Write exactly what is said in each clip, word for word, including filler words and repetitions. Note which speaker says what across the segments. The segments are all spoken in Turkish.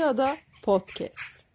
Speaker 1: Bozcaada Podcast.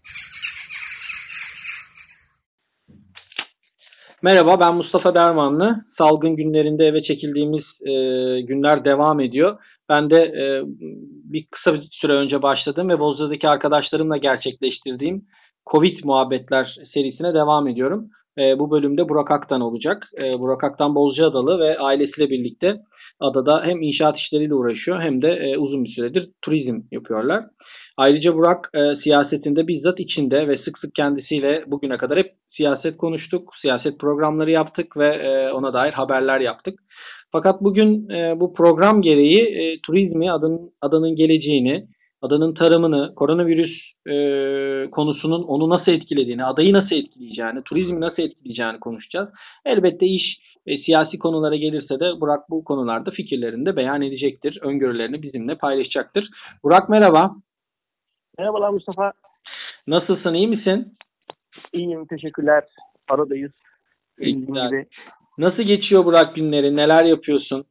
Speaker 2: Merhaba, ben Mustafa Dermanlı. Salgın günlerinde eve çekildiğimiz e, günler devam ediyor. Ben de e, bir kısa bir süre önce başladığım ve Bozcaada'daki arkadaşlarımla gerçekleştirdiğim Covid Muhabbetler serisine devam ediyorum. E, bu bölümde Burak Aktan olacak. E, Burak Aktan Bozcaadalı ve ailesiyle birlikte adada hem inşaat işleriyle uğraşıyor hem de e, uzun bir süredir turizm yapıyorlar. Ayrıca Burak e, siyasetinde bizzat içinde ve sık sık kendisiyle bugüne kadar hep siyaset konuştuk, siyaset programları yaptık ve e, ona dair haberler yaptık. Fakat bugün e, bu program gereği e, turizmi, adanın, adanın geleceğini, adanın tarımını, koronavirüs e, konusunun onu nasıl etkilediğini, adayı nasıl etkileyeceğini, turizmi nasıl etkileyeceğini konuşacağız. Elbette iş e, siyasi konulara gelirse de Burak bu konularda fikirlerini de beyan edecektir, öngörülerini bizimle paylaşacaktır. Burak merhaba.
Speaker 3: Merhabalar Mustafa.
Speaker 2: Nasılsın, iyi misin?
Speaker 3: İyiyim, teşekkürler. Aradayız.
Speaker 2: Gibi. Nasıl geçiyor Burak günleri? Neler yapıyorsun?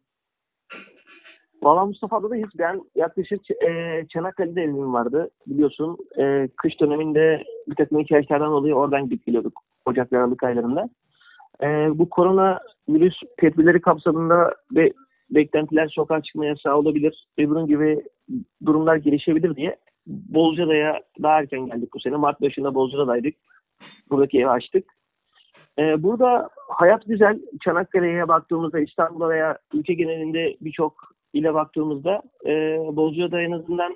Speaker 3: Valla Mustafa adadayız. Ben yaklaşık e, Çanakkale'de evim vardı. Biliyorsun e, kış döneminde bir takım ihtiyaçlardan dolayı oradan gidip geliyorduk. Ocak ve Aralık aylarında. E, bu korona virüs tedbirleri kapsamında ve beklentiler sokağa çıkma yasağı olabilir. Ve bunun gibi durumlar gelişebilir diye Bozcaada'ya daha erken geldik bu sene. Mart başında Bozcaada'daydık. Buradaki evi açtık. Ee, burada hayat güzel. Çanakkale'ye baktığımızda, İstanbul'a veya ülke genelinde birçok ile baktığımızda e, Bozcaada en azından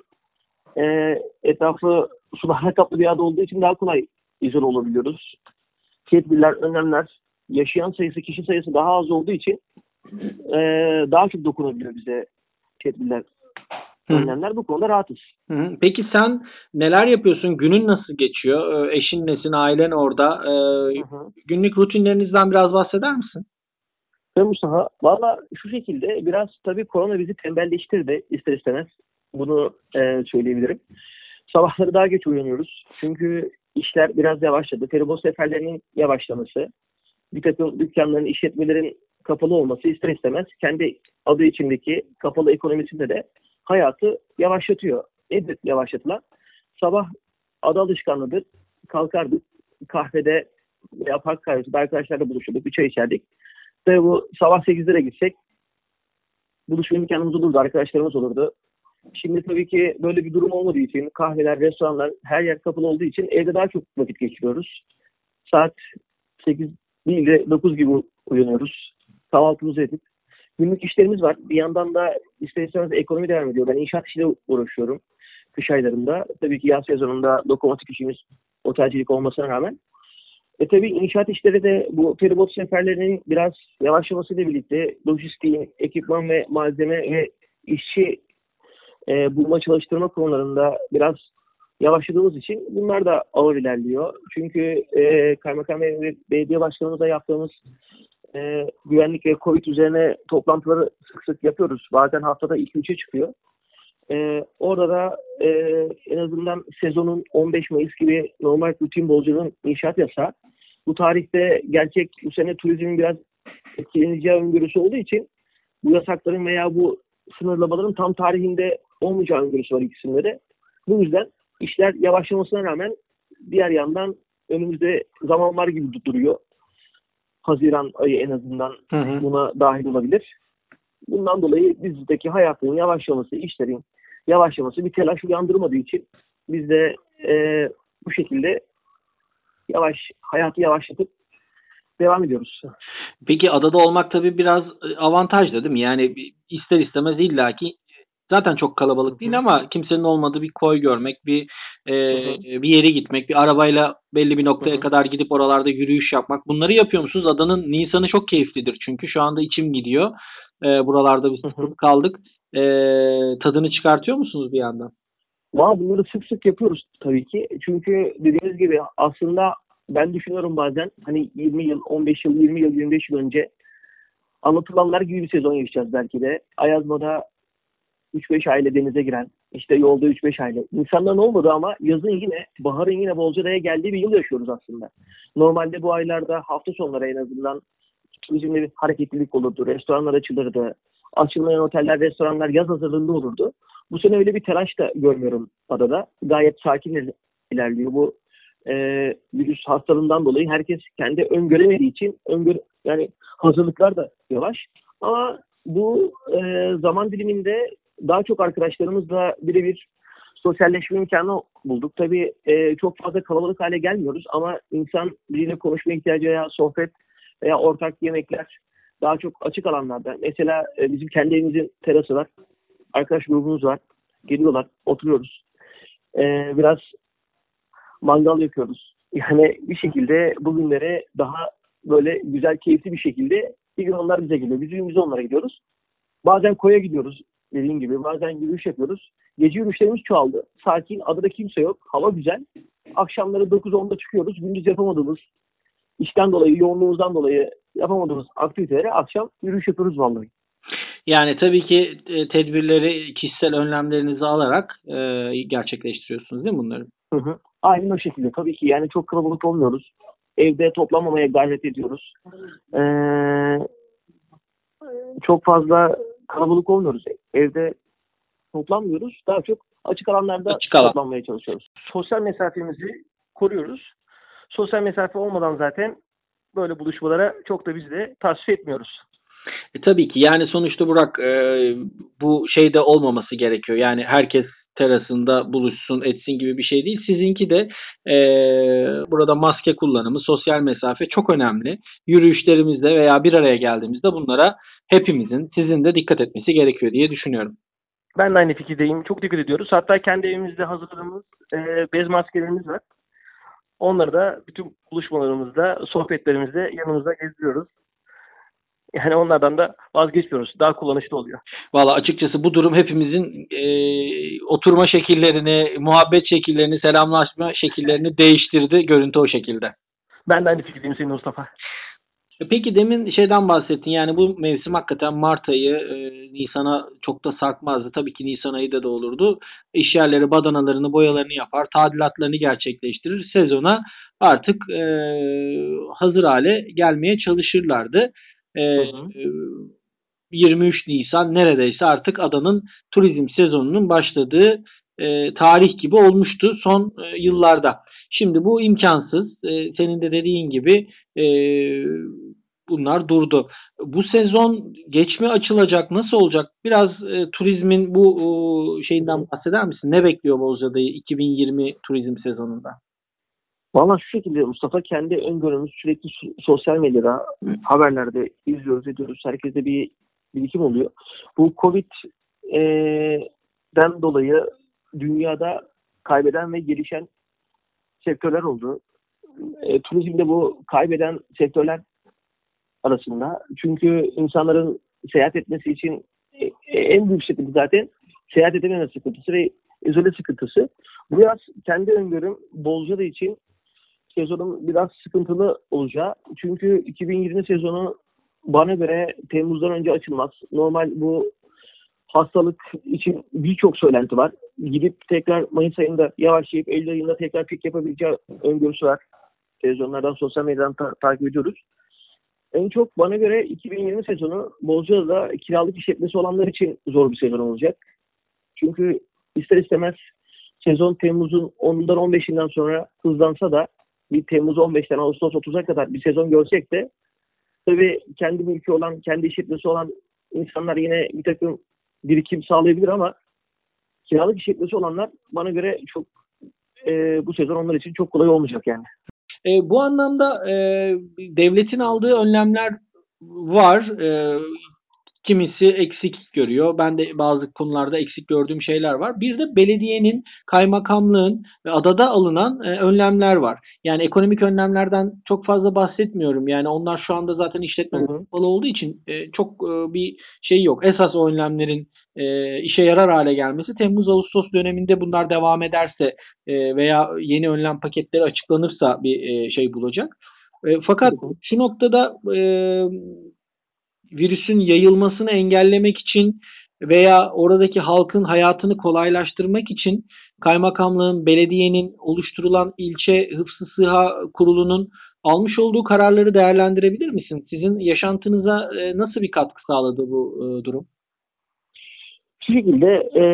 Speaker 3: e, etrafı sularla kaplı bir ada olduğu için daha kolay izole olabiliyoruz. Tedbirler, önlemler, yaşayan sayısı, kişi sayısı daha az olduğu için e, daha çok dokunabiliyor bize tedbirler. Önlemler, bu konuda rahatız.
Speaker 2: Hı hı. Peki sen neler yapıyorsun? Günün nasıl geçiyor? Ee, eşin nesin? Ailen orada. Ee, hı hı. Günlük rutinlerinizden biraz bahseder misin?
Speaker 3: Evet Mustafa. Valla şu şekilde biraz tabii korona bizi tembelleştirdi ister istemez. Bunu e, söyleyebilirim. Sabahları daha geç uyanıyoruz. Çünkü işler biraz yavaşladı. Feribot seferlerinin yavaşlaması, bir takım dükkanların, işletmelerin kapalı olması ister istemez kendi adı içindeki kapalı ekonomisinde de hayatı yavaşlatıyor. Nedir yavaşlatılan? Sabah ada alışkanlığıdır. Kalkardık. Kahvede veya park kahvesinde arkadaşlarla buluşurduk. Bir çay içerdik. Tabii bu sabah sekizlere gitsek buluşma imkanımız olurdu. Arkadaşlarımız olurdu. Şimdi tabii ki böyle bir durum olmadığı için kahveler, restoranlar her yer kapalı olduğu için evde daha çok vakit geçiriyoruz. Saat sekiz değil de dokuz gibi uyanıyoruz. Kahvaltımızı edip günlük işlerimiz var. Bir yandan da ister istemez ekonomi devam ediyor. Ben inşaat işiyle uğraşıyorum kış aylarında. Tabii ki yaz sezonunda lokomotif işimiz otelcilik olmasına rağmen. E tabii inşaat işleri de bu feribot seferlerinin biraz yavaşlamasıyla birlikte lojistiğin, ekipman ve malzeme ve işçi e, bulma çalıştırma konularında biraz yavaşladığımız için bunlar da ağır ilerliyor. Çünkü e, Kaymakam ve Belediye Başkanımızla yaptığımız e, güvenlik ve Covid üzerine toplantıları sık sık yapıyoruz. Bazen haftada iki üçe çıkıyor. E, orada da e, en azından sezonun on beş Mayıs gibi normal rutin Bozcaada'nın inşaat yasağı. Bu tarihte gerçek bu sene turizmin biraz etkileneceği öngörüsü olduğu için bu yasakların veya bu sınırlamaların tam tarihinde olmayacağı öngörüsü var ikisinde de. Bu yüzden işler yavaşlamasına rağmen diğer yandan önümüzde zaman var gibi duruyor. Haziran ayı en azından hı hı. buna dahil olabilir. Bundan dolayı bizdeki hayatın yavaşlaması, işlerin yavaşlaması bir telaş uyandırmadığı için biz de e, bu şekilde yavaş hayatı yavaşlatıp devam ediyoruz.
Speaker 2: Peki adada olmak tabii biraz avantajlı değil mi? Yani ister istemez illaki zaten çok kalabalık değil ama kimsenin olmadığı bir koy görmek, bir e, bir yere gitmek, bir arabayla belli bir noktaya kadar gidip oralarda yürüyüş yapmak. Bunları yapıyor musunuz? Adanın Nisan'ı çok keyiflidir çünkü şu anda içim gidiyor. E, buralarda biz sıkılıp kaldık. E, tadını çıkartıyor musunuz bir yandan?
Speaker 3: Valla bunları sık sık yapıyoruz tabii ki. Çünkü dediğiniz gibi aslında ben düşünüyorum bazen hani yirmi yıl, on beş yıl, yirmi yıl, yirmi beş yıl önce anlatılanlar gibi bir sezon yaşayacağız belki de. Ayazma'da üç beş aile denize giren, işte yolda üç beş aile. İnsanların olmadı ama yazın yine, baharın yine Bozcaada'ya geldiği bir yıl yaşıyoruz aslında. Normalde bu aylarda hafta sonları en azından turizmde bir hareketlilik olurdu. Restoranlar açılırdı. Açılmayan oteller, restoranlar yaz hazırlığında olurdu. Bu sene öyle bir telaş da görmüyorum adada. Gayet sakin il- ilerliyor. Bu e, virüs hastalığından dolayı herkes kendi öngöremediği için öngör yani hazırlıklar da yavaş. Ama bu e, zaman diliminde daha çok arkadaşlarımızla birebir sosyalleşme imkanı bulduk. Tabii e, çok fazla kalabalık hale gelmiyoruz ama insan biriyle konuşma ihtiyacı veya sohbet veya ortak yemekler daha çok açık alanlarda. Mesela e, bizim kendi evimizin terası var. Arkadaş grubumuz var. Geliyorlar, oturuyoruz. E, biraz mangal yapıyoruz. Yani bir şekilde bugünlere daha böyle güzel, keyifli bir şekilde bir gün onlar bize geliyor. Biz gün biz onlara gidiyoruz. Bazen koya gidiyoruz dediğim gibi. Bazen yürüyüş yapıyoruz. Gece yürüyüşlerimiz çoğaldı. Sakin, adada kimse yok. Hava güzel. Akşamları dokuz onda çıkıyoruz. Gündüz yapamadığımız, işten dolayı, yoğunluğumuzdan dolayı yapamadığımız aktivitelere akşam yürüyüş yapıyoruz vallahi.
Speaker 2: Yani tabii ki e, tedbirleri, kişisel önlemlerinizi alarak e, gerçekleştiriyorsunuz değil mi bunları?
Speaker 3: Hı hı. Aynen o şekilde. Tabii ki yani çok kalabalık olmuyoruz. Evde toplanmamaya gayret ediyoruz. Ee, çok fazla kalabalık olmuyoruz. Evde toplanmıyoruz. Daha çok açık alanlarda
Speaker 2: Açık alan.
Speaker 3: toplanmaya çalışıyoruz. Sosyal mesafemizi koruyoruz. Sosyal mesafe olmadan zaten böyle buluşmalara çok da biz de tasvip etmiyoruz.
Speaker 2: E, tabii ki yani sonuçta Burak e, bu şeyde olmaması gerekiyor. Yani herkes terasında buluşsun etsin gibi bir şey değil. Sizinki de e, burada maske kullanımı, sosyal mesafe çok önemli. Yürüyüşlerimizde veya bir araya geldiğimizde bunlara hepimizin, sizin de dikkat etmesi gerekiyor diye düşünüyorum.
Speaker 3: Ben de aynı fikirdeyim. Çok dikkat ediyoruz. Hatta kendi evimizde hazırladığımız e, bez maskelerimiz var. Onları da bütün buluşmalarımızda, sohbetlerimizde yanımızda gezdiriyoruz. Yani onlardan da vazgeçmiyoruz. Daha kullanışlı oluyor.
Speaker 2: Valla açıkçası bu durum hepimizin e, oturma şekillerini, muhabbet şekillerini, selamlaşma şekillerini değiştirdi. Görüntü o şekilde.
Speaker 3: Ben de aynı fikirdeyim senin Mustafa.
Speaker 2: Peki demin şeyden bahsettin yani bu mevsim hakikaten Mart ayı e, Nisan'a çok da sarkmazdı. Tabii ki Nisan ayı da da olurdu. İş yerleri badanalarını boyalarını yapar, tadilatlarını gerçekleştirir. Sezona artık e, hazır hale gelmeye çalışırlardı. E,
Speaker 3: Hı hı.
Speaker 2: yirmi üç Nisan neredeyse artık adanın turizm sezonunun başladığı e, tarih gibi olmuştu son e, yıllarda. Şimdi bu imkansız. E, senin de dediğin gibi e, bunlar durdu. Bu sezon geç mi açılacak? Nasıl olacak? Biraz e, turizmin bu e, şeyinden bahseder misin? Ne bekliyor Bozcaada'yı iki bin yirmi turizm sezonunda?
Speaker 3: Valla şu şekilde Mustafa, kendi öngörümüz sürekli sosyal medyada, Hı. haberlerde izliyoruz, ediyoruz. Herkeste bir birikim oluyor. Bu Covid'den dolayı dünyada kaybeden ve gelişen sektörler oldu. E, turizmde bu kaybeden sektörler arasında. Çünkü insanların seyahat etmesi için e, en büyük sıkıntı zaten seyahat edememe sıkıntısı ve izole sıkıntısı. Bu yaz kendi öngörüm Bozcaada için sezonun biraz sıkıntılı olacağı. Çünkü iki bin yirmi sezonu bana göre Temmuz'dan önce açılmaz. Normal bu hastalık için birçok söylenti var. Gidip tekrar Mayıs ayında yavaşlayıp Eylül ayında tekrar pik yapabileceği öngörüsü var. Televizyonlardan, sosyal medyadan ta- takip ediyoruz. En çok bana göre iki bin yirmi sezonu Bozcaada'da kiralık işletmesi olanlar için zor bir sezon olacak. Çünkü ister istemez sezon Temmuz'un onundan on beşinden sonra hızlansa da bir Temmuz on beşten Ağustos otuza kadar bir sezon görsek de tabii kendi mülkü olan, kendi işletmesi olan insanlar yine bir takım birikim sağlayabilir ama kiralık işletmesi olanlar bana göre çok e, bu sezon onlar için çok kolay olmayacak yani.
Speaker 2: E, bu anlamda e, devletin aldığı önlemler var. E, kimisi eksik görüyor. Ben de bazı konularda eksik gördüğüm şeyler var. Bir de belediyenin, kaymakamlığın ve adada alınan e, önlemler var. Yani ekonomik önlemlerden çok fazla bahsetmiyorum. Yani onlar şu anda zaten işletme kapalı olduğu için e, çok e, bir şey yok. Esas o önlemlerin e, işe yarar hale gelmesi Temmuz-Ağustos döneminde bunlar devam ederse e, veya yeni önlem paketleri açıklanırsa bir e, şey bulacak. E, fakat şu noktada e, virüsün yayılmasını engellemek için veya oradaki halkın hayatını kolaylaştırmak için kaymakamlığın, belediyenin oluşturulan ilçe hıfzı sıha kurulunun almış olduğu kararları değerlendirebilir misin? Sizin yaşantınıza nasıl bir katkı sağladı bu durum?
Speaker 3: Şu şekilde e,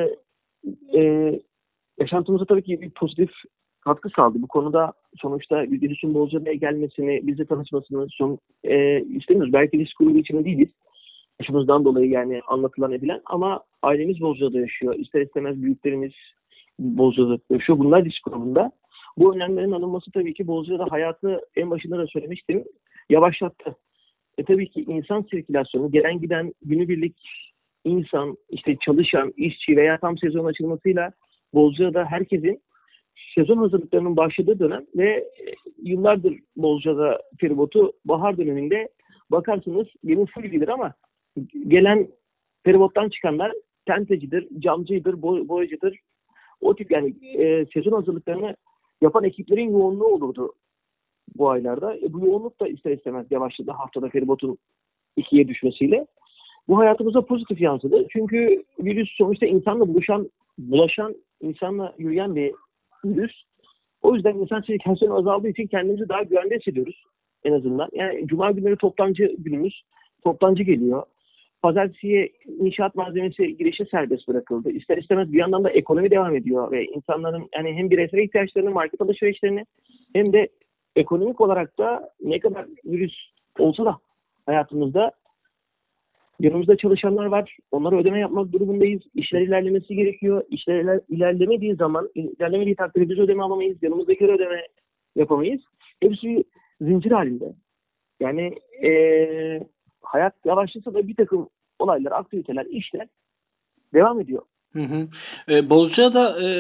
Speaker 3: e, yaşantımıza tabii ki bir pozitif katkı sağladı. Bu konuda sonuçta virüsün Bozcaada'ya gelmesini, bizle tanışmasını son, e, istemiyoruz. Belki risk grubu içinde değiliz. Yaşımızdan dolayı yani anlatılan edilen ama ailemiz Bozcaada'da yaşıyor. İster istemez büyüklerimiz Bozcaada'da yaşıyor. Bunlar risk grubunda. Bu önlemlerin alınması tabii ki Bozcaada hayatı en başında da söylemiştim. Yavaşlattı. E tabii ki insan sirkülasyonu, gelen giden günübirlik insan, işte çalışan, işçi veya tam sezon açılmasıyla Bozcaada herkesin sezon hazırlıklarının başladığı dönem ve yıllardır Bozcaada feribotu bahar döneminde bakarsınız gemi full gelir ama gelen feribottan çıkanlar tentecidir, camcıdır, boy, boyacıdır. O tip yani e, sezon hazırlıklarını yapan ekiplerin yoğunluğu olurdu bu aylarda. E, bu yoğunluk da ister istemez yavaşladı haftada feribotun ikiye düşmesiyle. Bu hayatımıza pozitif yansıdı. Çünkü virüs sonuçta insanla buluşan, bulaşan, insanla yürüyen bir virüs. O yüzden insan sirkülasyonu azaldığı için kendimizi daha güvende hissediyoruz en azından. Yani cuma günleri toptancı günümüz. Toptancı geliyor. Pazartesiye inşaat malzemesi girişi serbest bırakıldı. İster istemez bir yandan da ekonomi devam ediyor ve insanların yani hem bireysel ihtiyaçlarını, market alışverişlerini hem de ekonomik olarak da ne kadar virüs olsa da hayatımızda yanımızda çalışanlar var. Onlara ödeme yapmak durumundayız. İşler ilerlemesi gerekiyor. İşler iler, ilerlemediği zaman, ilerlemediği takdirde biz ödeme alamayız. Yanımızdaki ödeme yapamayız. Hepsi bir zincir halinde. Yani ee, hayat yavaşlasa da bir takım olaylar, aktiviteler, işler devam ediyor.
Speaker 2: Hı hı. E, Bozcaada e,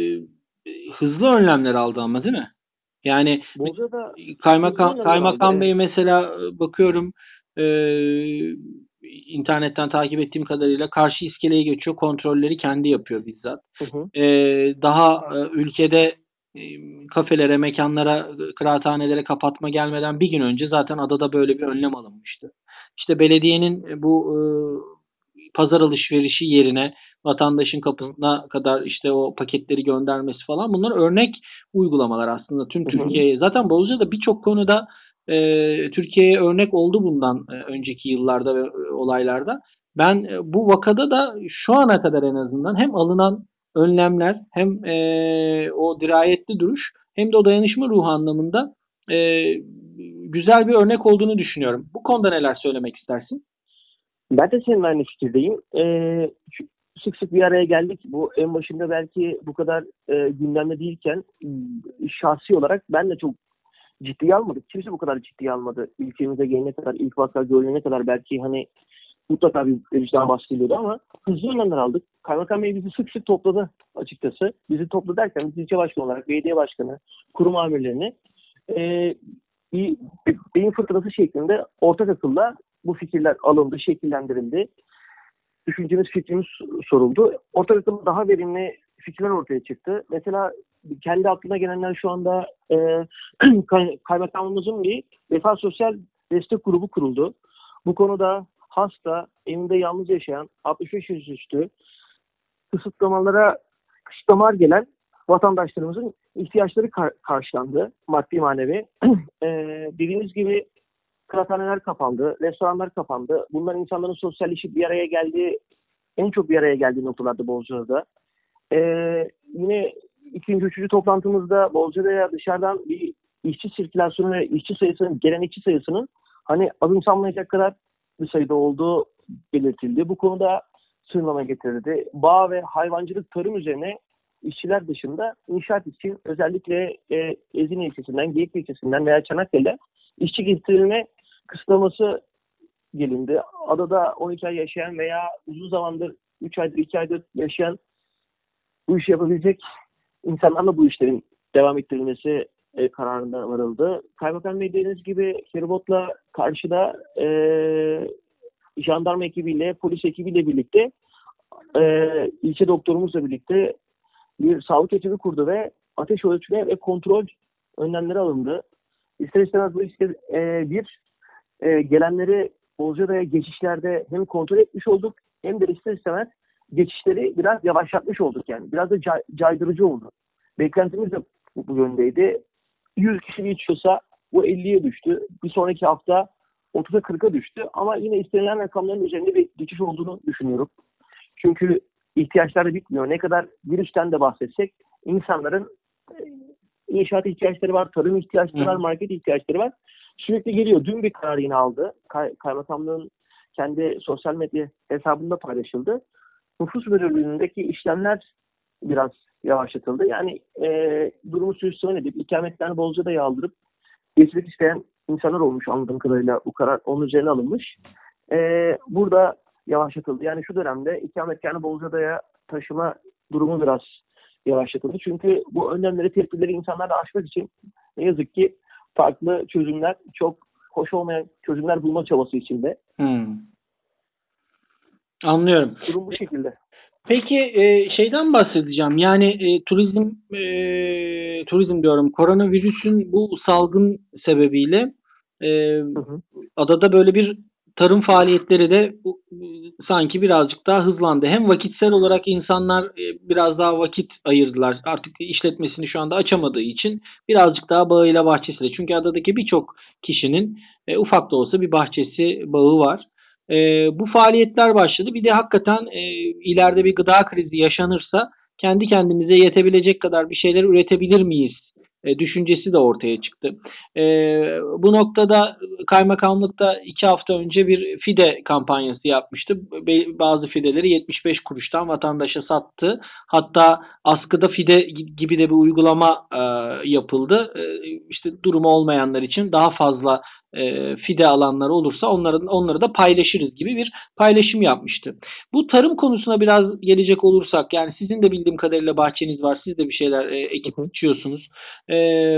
Speaker 2: hızlı önlemler aldı ama değil mi? Yani
Speaker 3: Bozcaada
Speaker 2: kaymakam, kaymakam bey mesela bakıyorum e, internetten takip ettiğim kadarıyla karşı iskeleye geçiyor. Kontrolleri kendi yapıyor bizzat. Hı hı. E, daha e, ülkede e, kafelere, mekanlara, kıraathanelere kapatma gelmeden bir gün önce zaten adada böyle bir önlem alınmıştı. İşte belediyenin bu e, pazar alışverişi yerine vatandaşın kapısına kadar işte o paketleri göndermesi falan, bunlar örnek uygulamalar aslında tüm Türkiye'ye. Zaten Bozcaada birçok konuda e, Türkiye'ye örnek oldu bundan e, önceki yıllarda ve e, olaylarda. Ben e, bu vakada da şu ana kadar en azından hem alınan önlemler hem e, o dirayetli duruş hem de o dayanışma ruhu anlamında e, güzel bir örnek olduğunu düşünüyorum. Bu konuda neler söylemek istersin?
Speaker 3: Ben de senin aynı fikirdeyim. Ee, sık sık bir araya geldik. Bu en başında belki bu kadar e, gündemde değilken şahsi olarak ben de çok ciddiye almadık. Kimse bu kadar ciddiye almadı. Ülkemize gelene kadar, ilk vaka görülene kadar belki hani mutlaka bir virüsten bahsediliyordu ama hızlı önlemler aldık. Kaymakam Bey bizi sık sık topladı açıkçası. Bizi topladı derken biz ilçe başkanı olarak belediye başkanı, kurum amirlerini e, bir beyin fırtınası şeklinde ortak akılla bu fikirler alındı, şekillendirildi. Düşüncemiz, fikrimiz soruldu. Ortak akılla daha verimli fikirler ortaya çıktı. Mesela kendi aklına gelenler şu anda e, kaymakamımızın bir vefa sosyal destek grubu kuruldu. Bu konuda hasta, evinde yalnız yaşayan, altmış beş yaş üstü, kısıtlamalara kısıtlamalar gelen vatandaşlarımızın ihtiyaçları kar- karşılandı. Maddi manevi. e, dediğimiz gibi kıraathaneler kapandı, restoranlar kapandı. Bunlar insanların sosyalleşip bir araya geldiği, en çok bir araya geldiği noktalarda Bozcaada'da. Ee, yine ikinci, üçüncü toplantımızda Bozcaada'ya dışarıdan bir işçi sirkülasyonu ve işçi sayısının, gelen işçi sayısının hani azımsanmayacak kadar bir sayıda olduğu belirtildi. Bu konuda sınırlama getirildi. Bağ ve hayvancılık, tarım üzerine işçiler dışında inşaat için özellikle e, Ezine ilçesinden, Geyikli ilçesinden veya Çanakkale'de işçi getirilme kısıtlaması gelindi. Adada on iki ay yaşayan veya uzun zamandır üç aydır, iki aydır yaşayan bu işi yapabilecek insanlarla bu işlerin devam ettirilmesi e, kararında varıldı. Kaymakam Bey dediğiniz gibi feribotla karşıda e, jandarma ekibiyle, polis ekibiyle birlikte e, ilçe doktorumuzla birlikte bir sağlık ekibi kurdu ve ateş ölçme ve kontrol önlemleri alındı. İster istemez bu işte e, bir e, gelenleri Bozcaada'ya geçişlerde hem kontrol etmiş olduk hem de ister istemez geçişleri biraz yavaşlatmış olduk yani. Biraz da cay, caydırıcı oldu. Beklentimiz de bu, bu yöndeydi. yüz kişi geçiyorsa bu elliye düştü. Bir sonraki hafta otuza kırka düştü. Ama yine istenilen rakamların üzerinde bir geçiş olduğunu düşünüyorum. Çünkü ihtiyaçlar da bitmiyor. Ne kadar virüsten de bahsetsek insanların inşaat ihtiyaçları var, tarım ihtiyaçları var, market ihtiyaçları var. Sürekli geliyor. Dün bir karar yine aldı. Kay- Kaymakamlığın kendi sosyal medya hesabında paylaşıldı. Nüfus müdürlüğündeki işlemler biraz yavaşlatıldı. Yani e, durumu suistimal edip ikametlerini Bozcaada'ya aldırıp geçmek isteyen insanlar olmuş anladığım kadarıyla. Bu karar onun üzerine alınmış. E, burada yavaşlatıldı. Yani şu dönemde ikametgahını Bozcaada'ya taşıma durumu biraz yavaşlatıldı. Çünkü bu önlemleri, tedbirleri insanlarla aşmak için ne yazık ki farklı çözümler, çok hoş olmayan çözümler bulma çabası içinde.
Speaker 2: Hmm. Anlıyorum.
Speaker 3: Durum bu şekilde.
Speaker 2: Peki e, şeyden bahsedeceğim. Yani e, turizm e, turizm diyorum. Koronavirüsün bu salgın sebebiyle e,
Speaker 3: Hı hı.
Speaker 2: adada böyle bir tarım faaliyetleri de bu, sanki birazcık daha hızlandı. Hem vakitsel olarak insanlar e, biraz daha vakit ayırdılar. Artık işletmesini şu anda açamadığı için birazcık daha bağıyla bahçesiyle. Çünkü adadaki birçok kişinin e, ufak da olsa bir bahçesi, bağı var. E, bu faaliyetler başladı. Bir de hakikaten e, ileride bir gıda krizi yaşanırsa kendi kendimize yetebilecek kadar bir şeyler üretebilir miyiz e, düşüncesi de ortaya çıktı. E, bu noktada kaymakamlıkta iki hafta önce bir fide kampanyası yapmıştı. Be- bazı fideleri yetmiş beş kuruştan vatandaşa sattı. Hatta askıda fide gibi de bir uygulama e, yapıldı. E, işte durumu olmayanlar için daha fazla e, fide alanlar olursa onların onları da paylaşırız gibi bir paylaşım yapmıştı. Bu tarım konusuna biraz gelecek olursak, yani sizin de bildiğim kadarıyla bahçeniz var, siz de bir şeyler e, ekip biçiyorsunuz. E,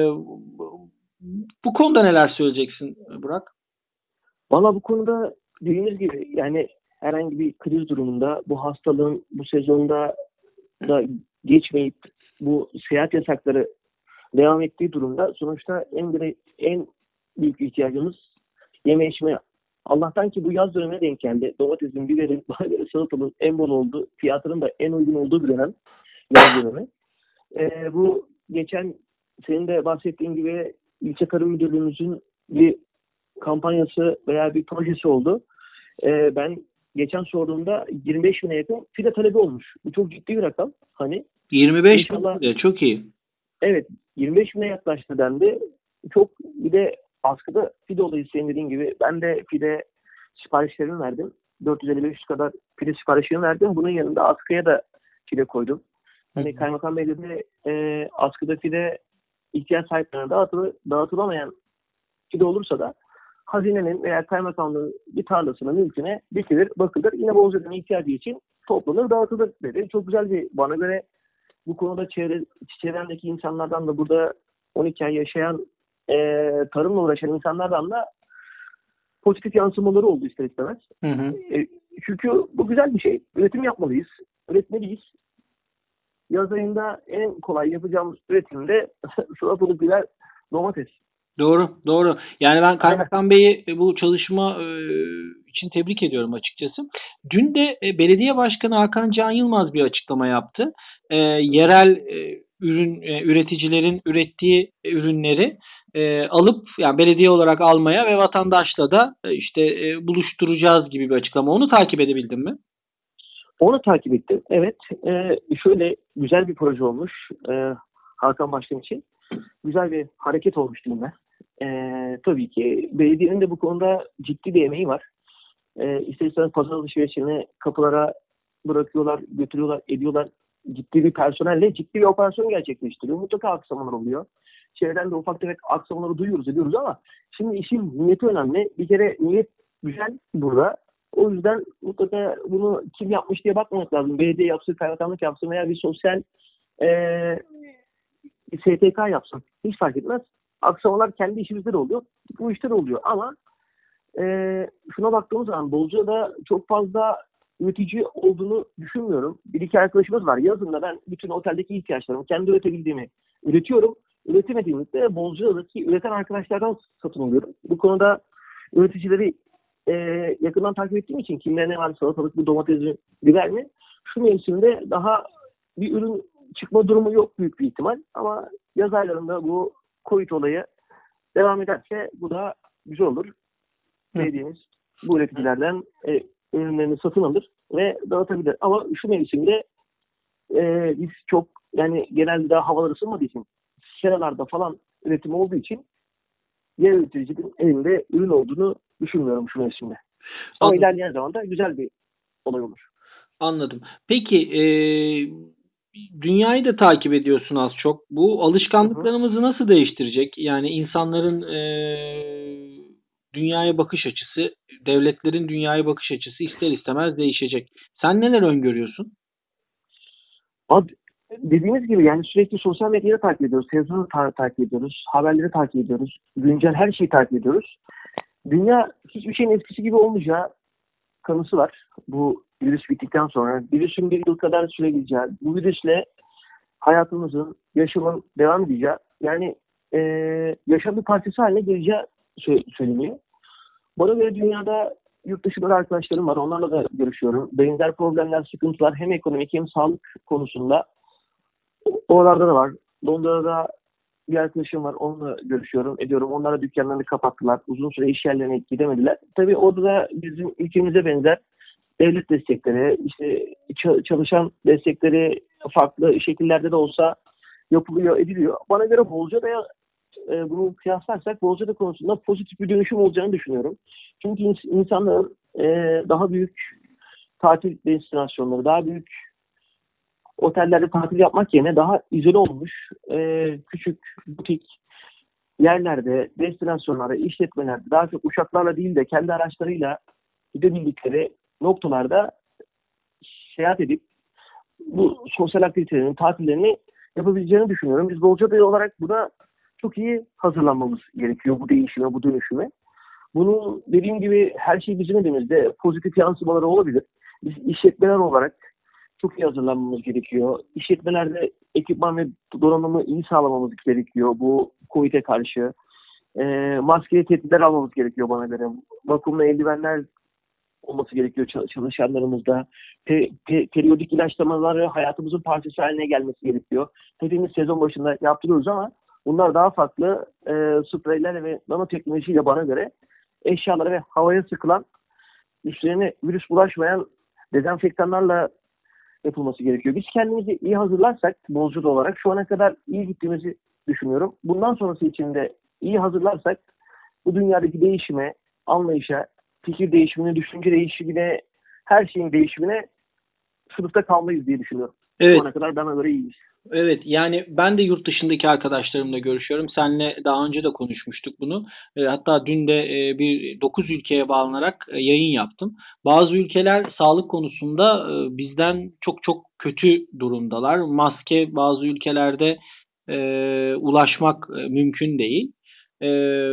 Speaker 2: bu konuda neler söyleyeceksin Burak?
Speaker 3: Valla bu konuda dediğimiz gibi yani herhangi bir kriz durumunda bu hastalığın bu sezonda da geçmeyip bu seyahat yasakları devam ettiği durumda sonuçta en biri, en büyük ihtiyacımız yeme içme. Allah'tan ki bu yaz dönemine denk geldi. Domatesin, biberin, salatalığın en bol olduğu, fiyatının da en uygun olduğu bir dönem. Yaz dönemi. Ee, bu geçen senin de bahsettiğin gibi İlçe Tarım Müdürlüğümüzün bir kampanyası veya bir projesi oldu. Ee, ben geçen sorduğumda yirmi beş bine yakın fide talebi olmuş. Bu çok ciddi bir rakam. Hani
Speaker 2: yirmi beş
Speaker 3: İnşallah,
Speaker 2: bin, çok iyi.
Speaker 3: evet, yirmi beş bine yaklaştı dendi. Çok bir de askıda fide olayı senin dediğin gibi. Ben de fide siparişlerimi verdim. dört yüz elli beş yüz kadar fide siparişlerimi verdim. Bunun yanında askıya da fide koydum. Hani Kaymakam Bey dedi e, askıda fide ihtiyaç sahiplerine dağıtıl, dağıtılamayan fide olursa da hazinenin veya kaymakamlığın bir tarlasına, mülküne dikilir, bakılır. Yine Bozcaada'nın ihtiyacı için toplanır, dağıtılır dedi. Çok güzel bir, bana göre bu konuda çevre, çevremdeki insanlardan da burada on iki ay yaşayan, e, tarımla uğraşan insanlardan da pozitif yansımaları oldu ister istemez.
Speaker 2: Hı hı.
Speaker 3: E, çünkü bu güzel bir şey. Üretim yapmalıyız. Üretmeliyiz. Yaz ayında en kolay yapacağımız üretimde salatalık, biber, domates.
Speaker 2: Doğru, doğru. Yani ben Kaymakam Bey'i bu çalışma e, için tebrik ediyorum açıkçası. Dün de e, Belediye Başkanı Hakan Can Yılmaz bir açıklama yaptı. E, yerel e, ürün e, üreticilerin ürettiği e, ürünleri e, alıp, yani belediye olarak almaya ve vatandaşla da e, işte e, buluşturacağız gibi bir açıklama. Onu takip edebildin mi?
Speaker 3: Onu takip ettim. Evet. E, şöyle güzel bir proje olmuş e, Hakan Başkan için. Güzel bir hareket olmuş diyeyim ben. Ee, tabii ki belediyenin de bu konuda ciddi bir emeği var. Ee, isterseniz pazar alışverişini kapılara bırakıyorlar, götürüyorlar, ediyorlar. Ciddi bir personelle ciddi bir operasyon gerçekleştiriyor. Mutlaka aksamalar oluyor. Çevreden de ufak tefek aksamaları duyuyoruz, ediyoruz ama şimdi işin niyeti önemli. Bir kere niyet güzel burada. O yüzden mutlaka bunu kim yapmış diye bakmamak lazım. Belediye yapsın, kaymakamlık yapsın veya bir sosyal ee, S T K yapsın. Hiç fark etmez. Aksamalar kendi işimizde de oluyor. Bu işte de oluyor. Ama e, şuna baktığımız zaman Bozcaada'da çok fazla üretici olduğunu düşünmüyorum. Bir iki arkadaşımız var. Yazında ben bütün oteldeki ihtiyaçlarımı kendi üretebildiğimi üretiyorum. Üretemediğimizde Bozcaada'daki üreten arkadaşlardan satın alıyorum. Bu konuda üreticileri e, yakından takip ettiğim için kimler ne var, salatalık mı, domates mi, biber mi? Şu mevsimde daha bir ürün çıkma durumu yok büyük bir ihtimal. Ama yaz aylarında bu Covid olayı devam ederse bu da güzel olur. Dediğimiz bu üreticilerden e, ürünlerini satın alır ve dağıtabilir. Ama şu mevsimde e, biz çok yani genelde daha havalar ısınmadığı için seralarda falan üretim olduğu için yer üreticinin elinde ürün olduğunu düşünmüyorum şu mevsimde. Ama
Speaker 2: Anladım.
Speaker 3: ilerleyen zamanda güzel bir olay olur.
Speaker 2: Anladım. Peki e, dünyayı da takip ediyorsun az çok. Bu alışkanlıklarımızı nasıl değiştirecek? Yani insanların e, dünyaya bakış açısı, devletlerin dünyaya bakış açısı ister istemez değişecek. Sen neler öngörüyorsun?
Speaker 3: Abi, dediğimiz gibi yani sürekli sosyal medyayı takip ediyoruz, televizyonu ta- takip ediyoruz, haberleri takip ediyoruz, güncel her şeyi takip ediyoruz. Dünya hiçbir şeyin eskisi gibi olmayacağı kanısı var. Bu virüs bittikten sonra virüsün bir yıl kadar sürebileceği, bu virüsle hayatımızın, yaşamın devam edeceği, yani e, yaşam bir parçası haline geleceği sö- söyleniyor. Bana göre dünyada yurt dışında arkadaşlarım var. Onlarla da görüşüyorum. Benzer problemler, sıkıntılar hem ekonomik hem sağlık konusunda oralarda da var. Londra'da bir arkadaşım var. Onunla görüşüyorum, ediyorum. Onlar da dükkanlarını kapattılar. Uzun süre iş yerlerine gidemediler. Tabii orada da bizim ülkemize benzer devlet destekleri, işte çalışan destekleri farklı şekillerde de olsa yapılıyor, ediliyor. Bana göre Bolca'da e, bunu kıyaslarsak Bolca'da konusunda pozitif bir dönüşüm olacağını düşünüyorum. Çünkü insanların e, daha büyük tatil destinasyonları, daha büyük otellerde tatil yapmak yerine daha izole olmuş, e, küçük, butik yerlerde, destinasyonlarda, işletmelerde daha çok uçaklarla değil de kendi araçlarıyla gidebildikleri noktalarda seyahat edip bu sosyal aktivitelerin, tatillerini yapabileceğini düşünüyorum. Biz Bolca'da olarak buna çok iyi hazırlanmamız gerekiyor, bu değişime, bu dönüşüme. Bunun dediğim gibi her şey bizim elimizde. Pozitif yansımaları olabilir. Biz işletmeler olarak çok iyi hazırlanmamız gerekiyor. İşletmelerde ekipman ve donanımı iyi sağlamamız gerekiyor. Bu Covid'e karşı. E, maskeli tedbirler almamız gerekiyor bana göre. Vakumlu eldivenler olması gerekiyor çalışanlarımızda. Pe, pe, periyodik ilaçlamaları hayatımızın parçası haline gelmesi gerekiyor. Hepimiz sezon başında yaptırıyoruz ama bunlar daha farklı e, spreylerle ve nanoteknolojiyle bana göre eşyalara ve havaya sıkılan, üstlerine virüs bulaşmayan dezenfektanlarla yapılması gerekiyor. Biz kendimizi iyi hazırlarsak Bolca'da olarak şu ana kadar iyi gittiğimizi düşünüyorum. Bundan sonrası için de iyi hazırlarsak bu dünyadaki değişime, anlayışa, fikir değişimine, düşünce değişimine, her şeyin değişimine sınıfta kalmayız diye düşünüyorum. Evet. Şu ana kadar bana göre iyiyiz.
Speaker 2: Evet, yani ben de yurt dışındaki arkadaşlarımla görüşüyorum. Seninle daha önce de konuşmuştuk bunu. E, hatta dün de e, bir dokuz ülkeye bağlanarak e, yayın yaptım. Bazı ülkeler sağlık konusunda e, bizden çok çok kötü durumdalar. Maske bazı ülkelerde e, ulaşmak e, mümkün değil. E,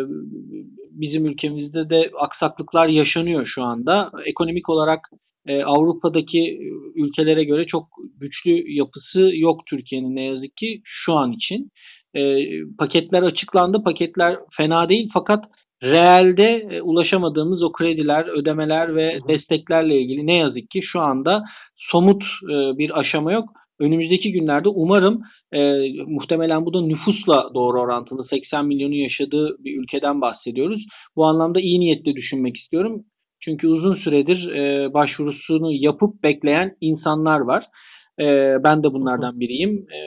Speaker 2: bizim ülkemizde de aksaklıklar yaşanıyor şu anda. Ekonomik olarak Ee, Avrupa'daki ülkelere göre çok güçlü yapısı yok Türkiye'nin ne yazık ki şu an için. Ee, paketler açıklandı. Paketler fena değil fakat realde e, ulaşamadığımız o krediler, ödemeler ve hı hı. desteklerle ilgili ne yazık ki şu anda somut e, bir aşama yok. Önümüzdeki günlerde umarım e, muhtemelen bu da nüfusla doğru orantılı seksen milyonu yaşadığı bir ülkeden bahsediyoruz. Bu anlamda iyi niyetle düşünmek istiyorum. Çünkü uzun süredir e, başvurusunu yapıp bekleyen insanlar var. E, ben de bunlardan biriyim. E,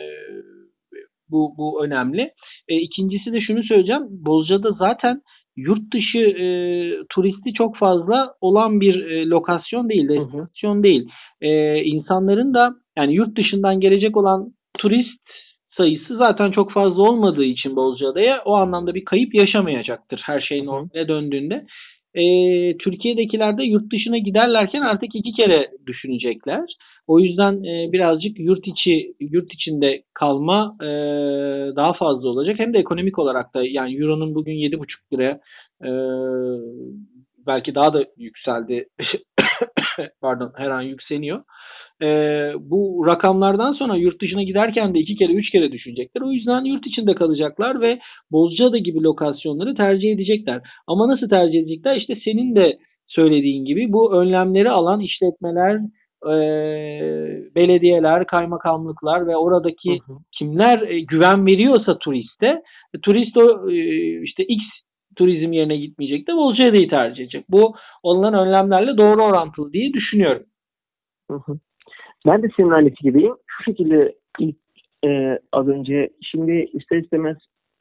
Speaker 2: bu bu önemli. E, ikincisi de şunu söyleyeceğim. Bozca'da zaten yurt dışı e, turisti çok fazla olan bir e, lokasyon değil, destinasyon değil. E, insanların da yani yurt dışından gelecek olan turist sayısı zaten çok fazla olmadığı için Bozcaada'ya o anlamda bir kayıp yaşamayacaktır her şey normale döndüğünde. E, Türkiye'dekiler de yurt dışına giderlerken artık iki kere düşünecekler. O yüzden e, birazcık yurt içi yurt içinde kalma e, daha fazla olacak. Hem de ekonomik olarak da yani Euro'nun bugün yedi buçuk liraya e, belki daha da yükseldi. Pardon, her an yükseliyor. E, bu rakamlardan sonra yurt dışına giderken de iki kere üç kere düşünecekler. O yüzden yurt içinde kalacaklar ve Bozcaada gibi lokasyonları tercih edecekler. Ama nasıl tercih edecekler? İşte senin de söylediğin gibi bu önlemleri alan işletmeler, e, belediyeler, kaymakamlıklar ve oradaki hı hı. kimler e, güven veriyorsa turiste, e, turist o e, işte X turizm yerine gitmeyecek de Bozcaada'yı tercih edecek. Bu alınan önlemlerle doğru orantılı diye düşünüyorum.
Speaker 3: Hı hı. Ben de senin annesi gibiyim. Şu şekilde ilk e, az önce şimdi ister istemez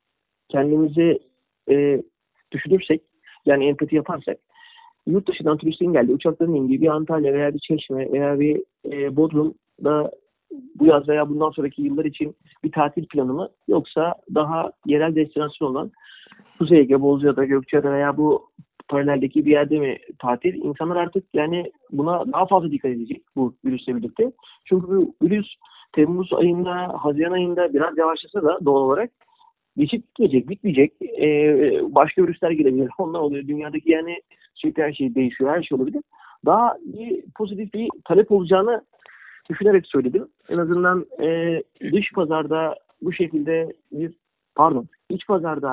Speaker 3: kendimizi e, düşünürsek, yani empati yaparsak, yurt dışından turistin geldiği, uçakların indiği bir Antalya veya bir Çeşme veya bir e, Bodrum'da bu yaz veya bundan sonraki yıllar için bir tatil planı mı, yoksa daha yerel destinasyon olan Kuzey Ege, Bozcaada, Gökçeada veya bu paraleldeki bir yerde mi tatil? İnsanlar artık yani buna daha fazla dikkat edecek bu virüsle birlikte. Çünkü bu virüs Temmuz ayında, Haziran ayında biraz yavaşlasa da doğal olarak geçip gitmeyecek, bitmeyecek. Ee, başka virüsler gelebilir. Onlar oluyor. Dünyadaki yani sürekli her şey değişiyor. Her şey olabilir. Daha iyi, pozitif bir talep olacağını düşünerek söyledim. En azından e, dış pazarda bu şekilde bir, pardon, iç pazarda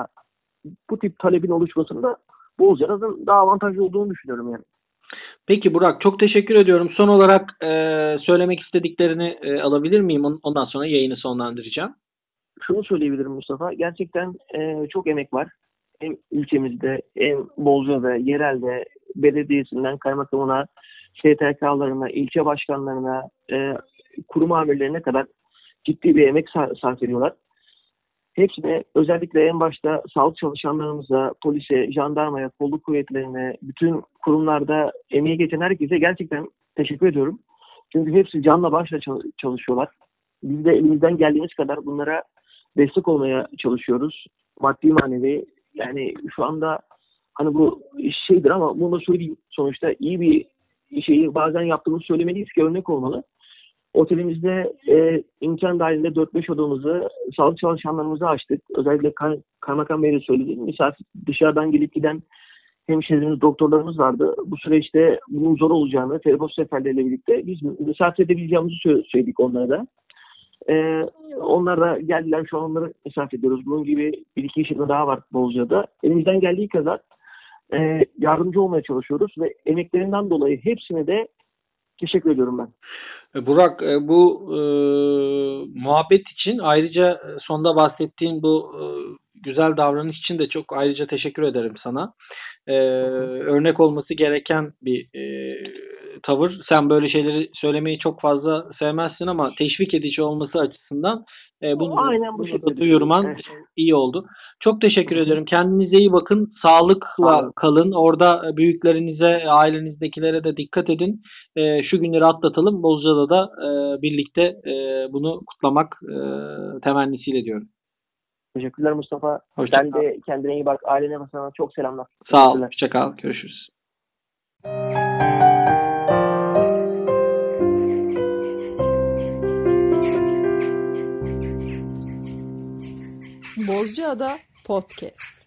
Speaker 3: bu tip talebin oluşmasında Bozcaada'nın daha avantajlı olduğunu düşünüyorum yani.
Speaker 2: Peki Burak, çok teşekkür ediyorum. Son olarak e, söylemek istediklerini e, alabilir miyim? Ondan sonra yayını sonlandıracağım.
Speaker 3: Şunu söyleyebilirim Mustafa. Gerçekten e, çok emek var. Hem ülkemizde hem Bozcaada, yerelde, belediyesinden kaymakamına, S T K'larına, ilçe başkanlarına, e, kurum amirlerine kadar ciddi bir emek sarf ediyorlar. Hepsine, özellikle en başta sağlık çalışanlarımıza, polise, jandarmaya, kolluk kuvvetlerine, bütün kurumlarda emeği geçen herkese gerçekten teşekkür ediyorum. Çünkü hepsi canla başla çalışıyorlar. Biz de elimizden geldiğimiz kadar bunlara destek olmaya çalışıyoruz. Maddi manevi. Yani şu anda hani bu şeydir ama bunu da söyleyeyim. Sonuçta iyi bir şeyi bazen yaptığımızı söylemeliyiz ki örnek olmalı. Otelimizde e, imkan dahilinde dört beş odamızı sağlık çalışanlarımıza açtık. Özellikle kay- Kaymakam Bey de söyledi. Misafir dışarıdan gelip giden hemşehrilerimiz, doktorlarımız vardı. Bu süreçte bunun zor olacağını, feribot seferleriyle birlikte biz misafir edebileceğimizi söyledik onlara da. Ee, onlar da geldiler, şu an onları misafir ediyoruz. Bunun gibi bir iki işletme daha var Bozcaada'da. Elimizden geldiği kadar e, yardımcı olmaya çalışıyoruz ve emeklerinden dolayı hepsine de teşekkür ediyorum ben.
Speaker 2: Burak, bu e, muhabbet için, ayrıca sonda bahsettiğin bu e, güzel davranış için de çok ayrıca teşekkür ederim sana. E, örnek olması gereken bir e, tavır. Sen böyle şeyleri söylemeyi çok fazla sevmezsin ama teşvik edici olması açısından e, bunu,
Speaker 3: Aynen bu
Speaker 2: bunu
Speaker 3: şekilde
Speaker 2: duyurman evet. iyi oldu. Çok teşekkür Hı-hı. ederim. Kendinize iyi bakın. Sağlıkla Aynen. kalın. Orada büyüklerinize, ailenizdekilere de dikkat edin. E, şu günleri atlatalım. Bozcaada'da da e, birlikte e, bunu kutlamak e, temennisiyle diyorum.
Speaker 3: Teşekkürler Mustafa.
Speaker 2: Hoşça
Speaker 3: Sen
Speaker 2: kal.
Speaker 3: de kendine iyi bak. Ailene ve sana çok selamlar.
Speaker 2: Sağ ol. Hoşça kal. Görüşürüz.
Speaker 1: Bozcaada Podcast.